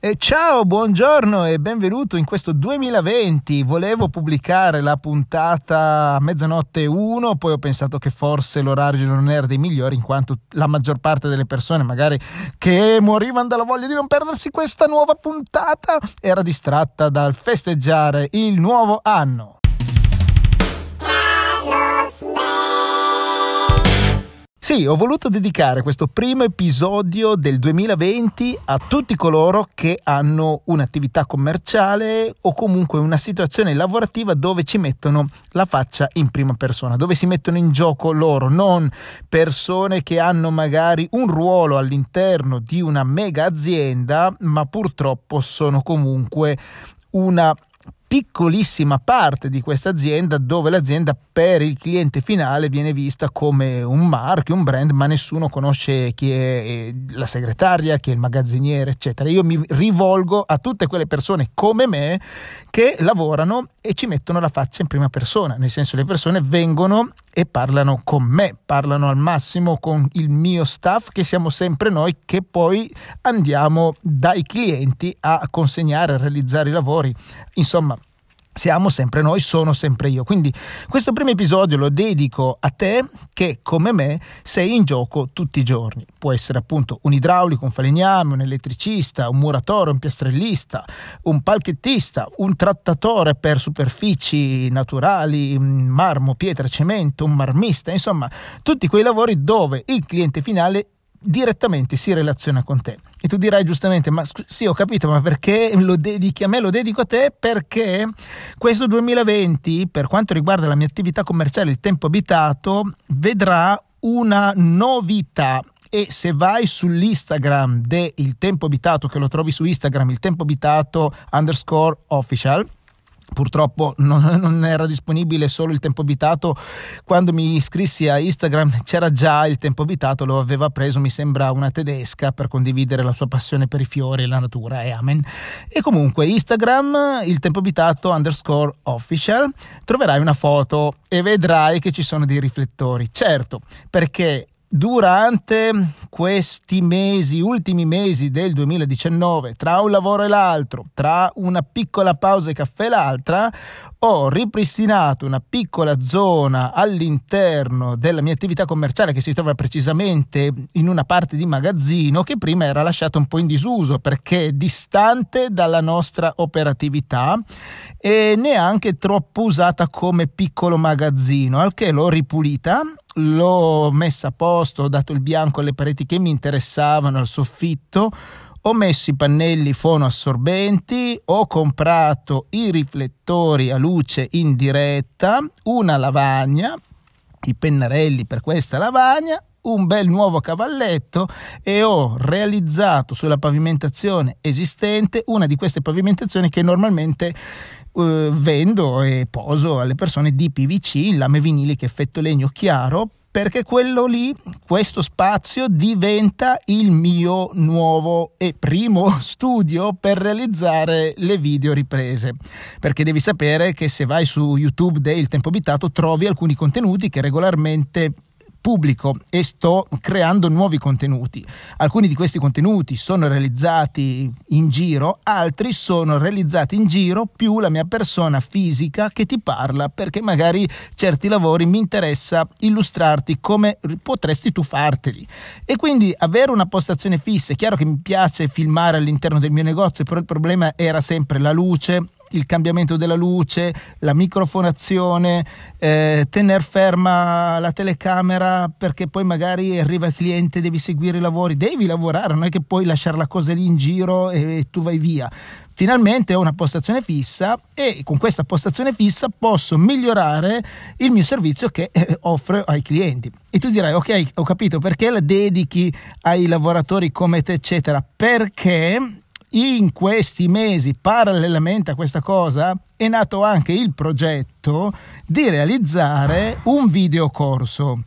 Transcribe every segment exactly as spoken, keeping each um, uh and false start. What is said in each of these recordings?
E ciao, buongiorno e benvenuto in questo duemilaventi. Volevo pubblicare la puntata a mezzanotte uno, poi ho pensato che forse l'orario non era dei migliori, in quanto la maggior parte delle persone magari che morivano dalla voglia di non perdersi questa nuova puntata era distratta dal festeggiare il nuovo anno. Sì, ho voluto dedicare questo primo episodio del duemilaventi a tutti coloro che hanno un'attività commerciale o comunque una situazione lavorativa dove ci mettono la faccia in prima persona, dove si mettono in gioco loro, non persone che hanno magari un ruolo all'interno di una mega azienda, ma purtroppo sono comunque una piccolissima parte di questa azienda, dove l'azienda per il cliente finale viene vista come un marchio, un brand, ma nessuno conosce chi è la segretaria, chi è il magazziniere, eccetera. Io mi rivolgo a tutte quelle persone come me che lavorano e ci mettono la faccia in prima persona, nel senso le persone vengono e parlano con me, parlano al massimo con il mio staff, che siamo sempre noi che poi andiamo dai clienti a consegnare, a realizzare i lavori. Insomma, siamo sempre noi, sono sempre io. Quindi questo primo episodio lo dedico a te che come me sei in gioco tutti i giorni. Può essere appunto un idraulico, un falegname, un elettricista, un muratore, un piastrellista, un palchettista, un trattatore per superfici naturali, marmo, pietra, cemento, un marmista, insomma tutti quei lavori dove il cliente finale direttamente si relaziona con te. E tu dirai giustamente, ma sì, ho capito, ma perché lo dedichi a me? Lo dedico a te perché questo duemilaventi, per quanto riguarda la mia attività commerciale, il tempo abitato, vedrà una novità. E se vai sull'Instagram del tempo abitato, che lo trovi su Instagram, il tempo abitato underscore official, purtroppo non, non era disponibile solo il tempo abitato. Quando mi iscrissi a Instagram c'era già il tempo abitato, lo aveva preso mi sembra una tedesca per condividere la sua passione per i fiori e la natura, e amen. E comunque Instagram, il tempo abitato underscore official, troverai una foto e vedrai che ci sono dei riflettori. Certo, perché durante questi mesi, ultimi mesi del duemiladiciannove, tra un lavoro e l'altro, tra una piccola pausa e caffè e l'altra, ho ripristinato una piccola zona all'interno della mia attività commerciale, che si trova precisamente in una parte di magazzino che prima era lasciata un po' in disuso perché distante dalla nostra operatività e neanche troppo usata come piccolo magazzino, al che l'ho ripulita, l'ho messa a posto, ho dato il bianco alle pareti che mi interessavano, al soffitto, ho messo i pannelli fonoassorbenti, ho comprato i riflettori a luce indiretta, una lavagna, i pennarelli per questa lavagna, un bel nuovo cavalletto, e ho realizzato sulla pavimentazione esistente una di queste pavimentazioni che normalmente Uh, vendo e poso alle persone di P V C, in lame viniliche effetto legno chiaro, perché quello lì, questo spazio diventa il mio nuovo e primo studio per realizzare le video riprese, perché devi sapere che se vai su YouTube del tempo abitato trovi alcuni contenuti che regolarmente pubblico e sto creando nuovi contenuti. Alcuni di questi contenuti sono realizzati in giro, altri sono realizzati in giro più la mia persona fisica che ti parla, perché magari certi lavori mi interessa illustrarti come potresti tu farteli. E quindi avere una postazione fissa, è chiaro che mi piace filmare all'interno del mio negozio, però il problema era sempre la luce, il cambiamento della luce, la microfonazione, eh, tener ferma la telecamera perché poi magari arriva il cliente, devi seguire i lavori, devi lavorare, non è che puoi lasciare la cosa lì in giro e, e tu vai via. Finalmente ho una postazione fissa e con questa postazione fissa posso migliorare il mio servizio che eh, offro ai clienti. E tu dirai, ok, ho capito, perché la dedichi ai lavoratori come te, eccetera? Perché in questi mesi, parallelamente a questa cosa, è nato anche il progetto di realizzare un videocorso.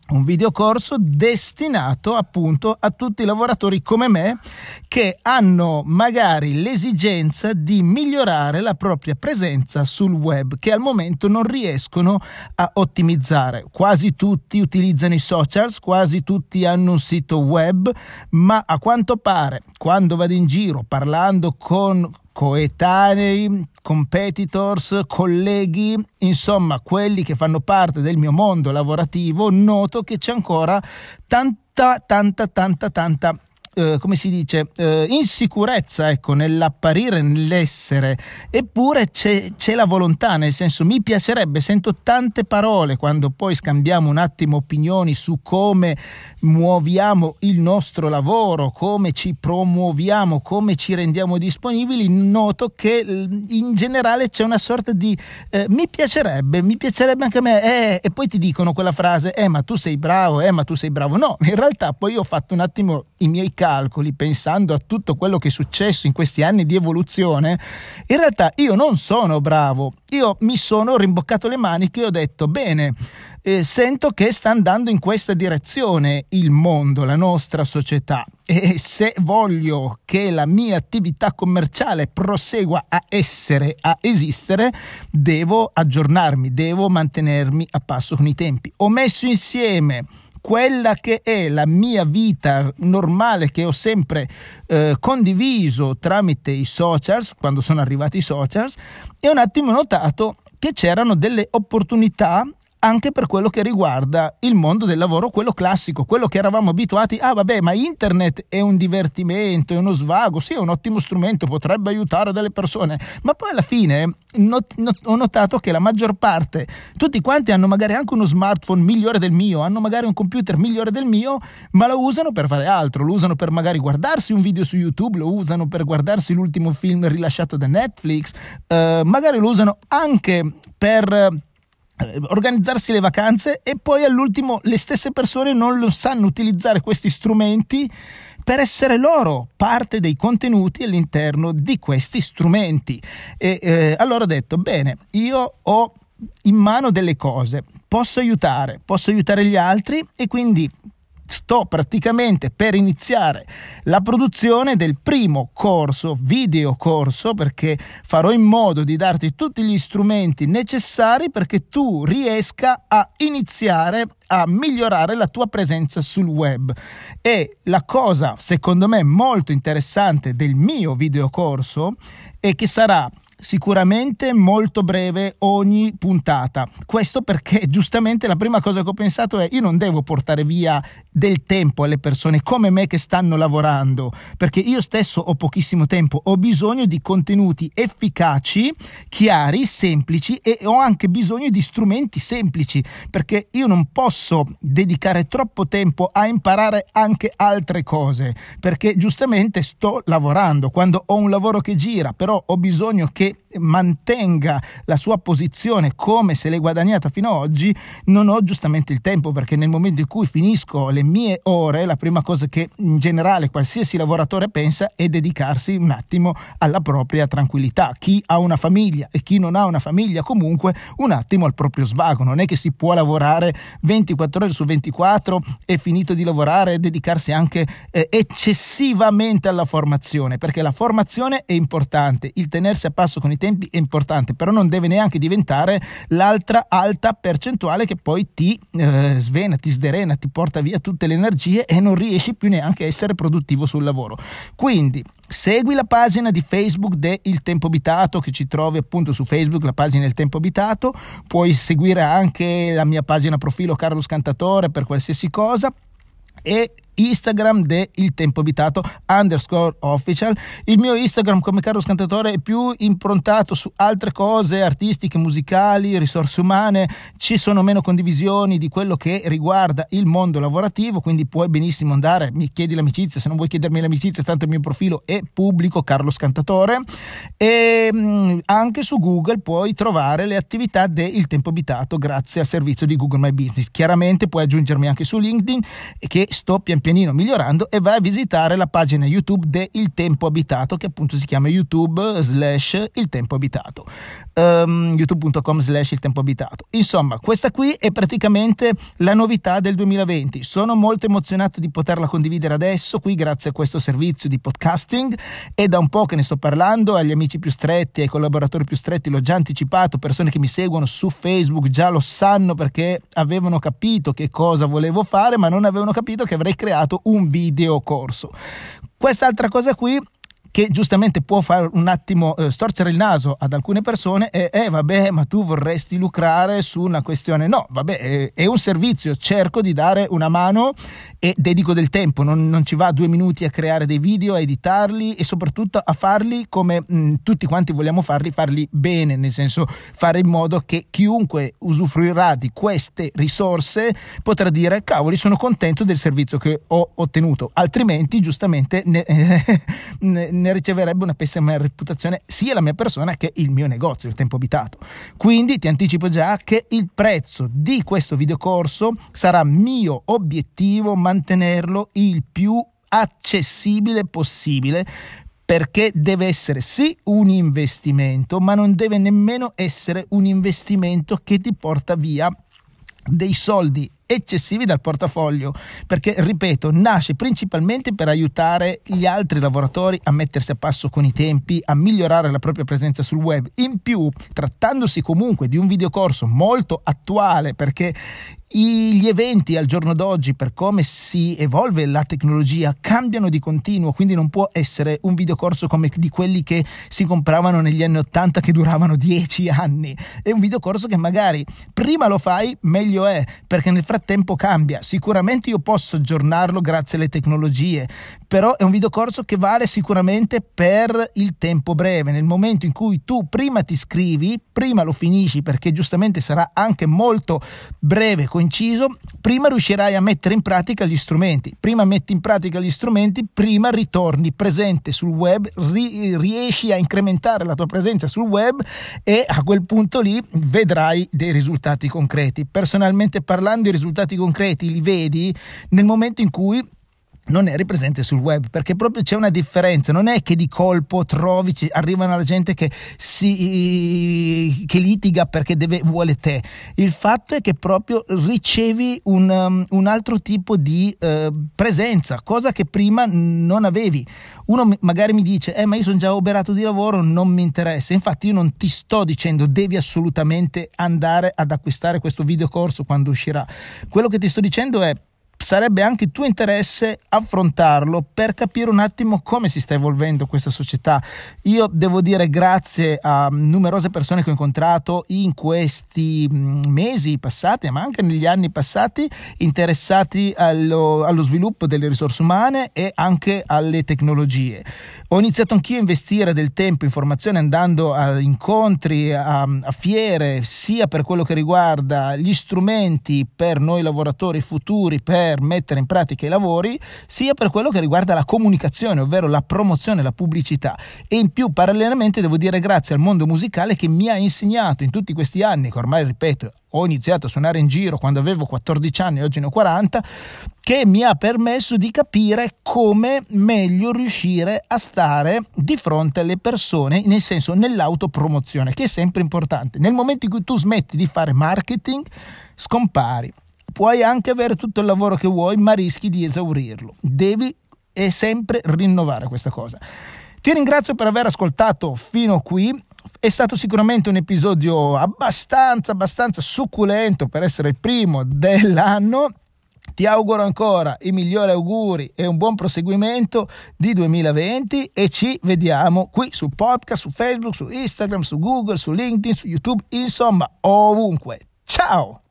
un videocorso destinato appunto a tutti i lavoratori come me che hanno magari l'esigenza di migliorare la propria presenza sul web, che al momento non riescono a ottimizzare. Quasi tutti utilizzano i socials, quasi tutti hanno un sito web, ma a quanto pare quando vado in giro parlando con coetanei, competitors, colleghi, insomma quelli che fanno parte del mio mondo lavorativo, noto che c'è ancora tanta tanta tanta tanta eh, come si dice eh, insicurezza, ecco, nell'apparire, nell'essere. Eppure c'è, c'è la volontà, nel senso, mi piacerebbe, sento tante parole quando poi scambiamo un attimo opinioni su come muoviamo il nostro lavoro, come ci promuoviamo, come ci rendiamo disponibili, noto che in generale c'è una sorta di eh, mi piacerebbe, mi piacerebbe anche a me, eh, e poi ti dicono quella frase, eh ma tu sei bravo, eh ma tu sei bravo. No, in realtà poi ho fatto un attimo i miei calcoli pensando a tutto quello che è successo in questi anni di evoluzione. In realtà io non sono bravo, io mi sono rimboccato le maniche e ho detto bene, eh, sento che sta andando in questa direzione il mondo, la nostra società, e se voglio che la mia attività commerciale prosegua a essere, a esistere, devo aggiornarmi, devo mantenermi a passo con i tempi. Ho messo insieme quella che è la mia vita normale che ho sempre eh, condiviso tramite i socials, quando sono arrivati i socials, e un attimo ho notato che c'erano delle opportunità anche per quello che riguarda il mondo del lavoro, quello classico, quello che eravamo abituati. Ah vabbè, ma internet è un divertimento, è uno svago, sì, è un ottimo strumento, potrebbe aiutare delle persone, ma poi alla fine not- not- ho notato che la maggior parte, tutti quanti hanno magari anche uno smartphone migliore del mio, hanno magari un computer migliore del mio, ma lo usano per fare altro, lo usano per magari guardarsi un video su YouTube, lo usano per guardarsi l'ultimo film rilasciato da Netflix, eh, magari lo usano anche per organizzarsi le vacanze, e poi all'ultimo le stesse persone non lo sanno utilizzare questi strumenti per essere loro parte dei contenuti all'interno di questi strumenti. E eh, allora ho detto bene, io ho in mano delle cose, posso aiutare, posso aiutare gli altri, e quindi sto praticamente per iniziare la produzione del primo corso, video corso, perché farò in modo di darti tutti gli strumenti necessari perché tu riesca a iniziare a migliorare la tua presenza sul web. E la cosa secondo me molto interessante del mio video corso è che sarà sicuramente molto breve ogni puntata. Questo perché giustamente la prima cosa che ho pensato è: io non devo portare via del tempo alle persone come me che stanno lavorando, perché io stesso ho pochissimo tempo, ho bisogno di contenuti efficaci, chiari, semplici, e ho anche bisogno di strumenti semplici, perché io non posso dedicare troppo tempo a imparare anche altre cose, perché giustamente sto lavorando. Quando ho un lavoro che gira, però ho bisogno che mantenga la sua posizione come se l'è guadagnata fino ad oggi, non ho giustamente il tempo, perché nel momento in cui finisco le mie ore, la prima cosa che in generale qualsiasi lavoratore pensa è dedicarsi un attimo alla propria tranquillità. Chi ha una famiglia e chi non ha una famiglia, comunque un attimo al proprio svago. Non è che si può lavorare ventiquattro ore su ventiquattro e finito di lavorare dedicarsi anche eh, eccessivamente alla formazione, perché la formazione è importante, il tenersi a passo con i tempi è importante, però non deve neanche diventare l'altra alta percentuale che poi ti eh, svena, ti sderena, ti porta via tutte le energie e non riesci più neanche a essere produttivo sul lavoro. Quindi segui la pagina di Facebook de Il Tempo Abitato, che ci trovi appunto su Facebook, la pagina del Tempo Abitato. Puoi seguire anche la mia pagina profilo Carlo Scantatore per qualsiasi cosa, e Instagram de Il Tempo Abitato underscore official. Il mio Instagram come Carlo Scantatore è più improntato su altre cose artistiche, musicali, risorse umane. Ci sono meno condivisioni di quello che riguarda il mondo lavorativo, quindi puoi benissimo andare, mi chiedi l'amicizia, se non vuoi chiedermi l'amicizia tanto il mio profilo è pubblico, Carlo Scantatore. E mh, anche su Google puoi trovare le attività de Il Tempo Abitato grazie al servizio di Google My Business. Chiaramente puoi aggiungermi anche su LinkedIn, che sto pian piano pianino migliorando, e vai a visitare la pagina YouTube de Il Tempo Abitato, che appunto si chiama YouTube slash Il Tempo Abitato, um, youtube punto com slash Il Tempo Abitato. Insomma, questa qui è praticamente la novità del duemilaventi. Sono molto emozionato di poterla condividere adesso qui grazie a questo servizio di podcasting. È da un po' che ne sto parlando agli amici più stretti, ai collaboratori più stretti, l'ho già anticipato, persone che mi seguono su Facebook già lo sanno perché avevano capito che cosa volevo fare, ma non avevano capito che avrei creato un video corso. Quest'altra cosa qui, che giustamente può fare un attimo eh, storcere il naso ad alcune persone, è eh, vabbè, ma tu vorresti lucrare su una questione. No, vabbè, è, è un servizio, cerco di dare una mano e dedico del tempo, non, non ci va due minuti a creare dei video, a editarli e soprattutto a farli come mh, tutti quanti vogliamo farli, farli bene, nel senso fare in modo che chiunque usufruirà di queste risorse potrà dire cavoli, sono contento del servizio che ho ottenuto, altrimenti giustamente ne, eh, ne ne riceverebbe una pessima reputazione sia la mia persona che il mio negozio, Il Tempo Abitato. Quindi ti anticipo già che il prezzo di questo videocorso sarà mio obiettivo mantenerlo il più accessibile possibile, perché deve essere sì un investimento, ma non deve nemmeno essere un investimento che ti porta via dei soldi eccessivi dal portafoglio, perché ripeto, nasce principalmente per aiutare gli altri lavoratori a mettersi a passo con i tempi, a migliorare la propria presenza sul web. In più, trattandosi comunque di un videocorso molto attuale, perché gli eventi al giorno d'oggi, per come si evolve la tecnologia, cambiano di continuo, quindi non può essere un videocorso come di quelli che si compravano negli anni ottanta che duravano dieci anni. È un videocorso che magari prima lo fai meglio è, perché nel frattempo cambia. Sicuramente io posso aggiornarlo grazie alle tecnologie, però è un videocorso che vale sicuramente per il tempo breve. Nel momento in cui tu prima ti iscrivi, prima lo finisci, perché giustamente sarà anche molto breve, conciso, prima riuscirai a mettere in pratica gli strumenti. Prima metti in pratica gli strumenti, prima ritorni presente sul web, ri- riesci a incrementare la tua presenza sul web e a quel punto lì vedrai dei risultati concreti. Personalmente parlando, i risultati concreti li vedi nel momento in cui non eri presente sul web, perché proprio c'è una differenza. Non è che di colpo trovi, arrivano la gente che si che litiga perché deve vuole te. Il fatto è che proprio ricevi un, um, un altro tipo di uh, presenza, cosa che prima non avevi. Uno magari mi dice eh ma io sono già oberato di lavoro, non mi interessa. Infatti io non ti sto dicendo devi assolutamente andare ad acquistare questo videocorso quando uscirà. Quello che ti sto dicendo è sarebbe anche tuo interesse affrontarlo per capire un attimo come si sta evolvendo questa società. Io devo dire grazie a numerose persone che ho incontrato in questi mesi passati, ma anche negli anni passati, interessati allo, allo sviluppo delle risorse umane e anche alle tecnologie. Ho iniziato anch'io a investire del tempo in formazione, andando a incontri, a, a fiere, sia per quello che riguarda gli strumenti per noi lavoratori futuri, per mettere in pratica i lavori, sia per quello che riguarda la comunicazione, ovvero la promozione, la pubblicità. E in più, parallelamente, devo dire grazie al mondo musicale che mi ha insegnato in tutti questi anni, che ormai, ripeto, ho iniziato a suonare in giro quando avevo quattordici anni, oggi ne ho quaranta, che mi ha permesso di capire come meglio riuscire a stare di fronte alle persone, nel senso nell'autopromozione, che è sempre importante. Nel momento in cui tu smetti di fare marketing, scompari. Puoi anche avere tutto il lavoro che vuoi, ma rischi di esaurirlo. Devi e sempre rinnovare questa cosa. Ti ringrazio per aver ascoltato fino qui. È stato sicuramente un episodio abbastanza, abbastanza succulento per essere il primo dell'anno. Ti auguro ancora i migliori auguri e un buon proseguimento di duemilaventi e ci vediamo qui sul podcast, su Facebook, su Instagram, su Google, su LinkedIn, su YouTube, insomma ovunque. Ciao!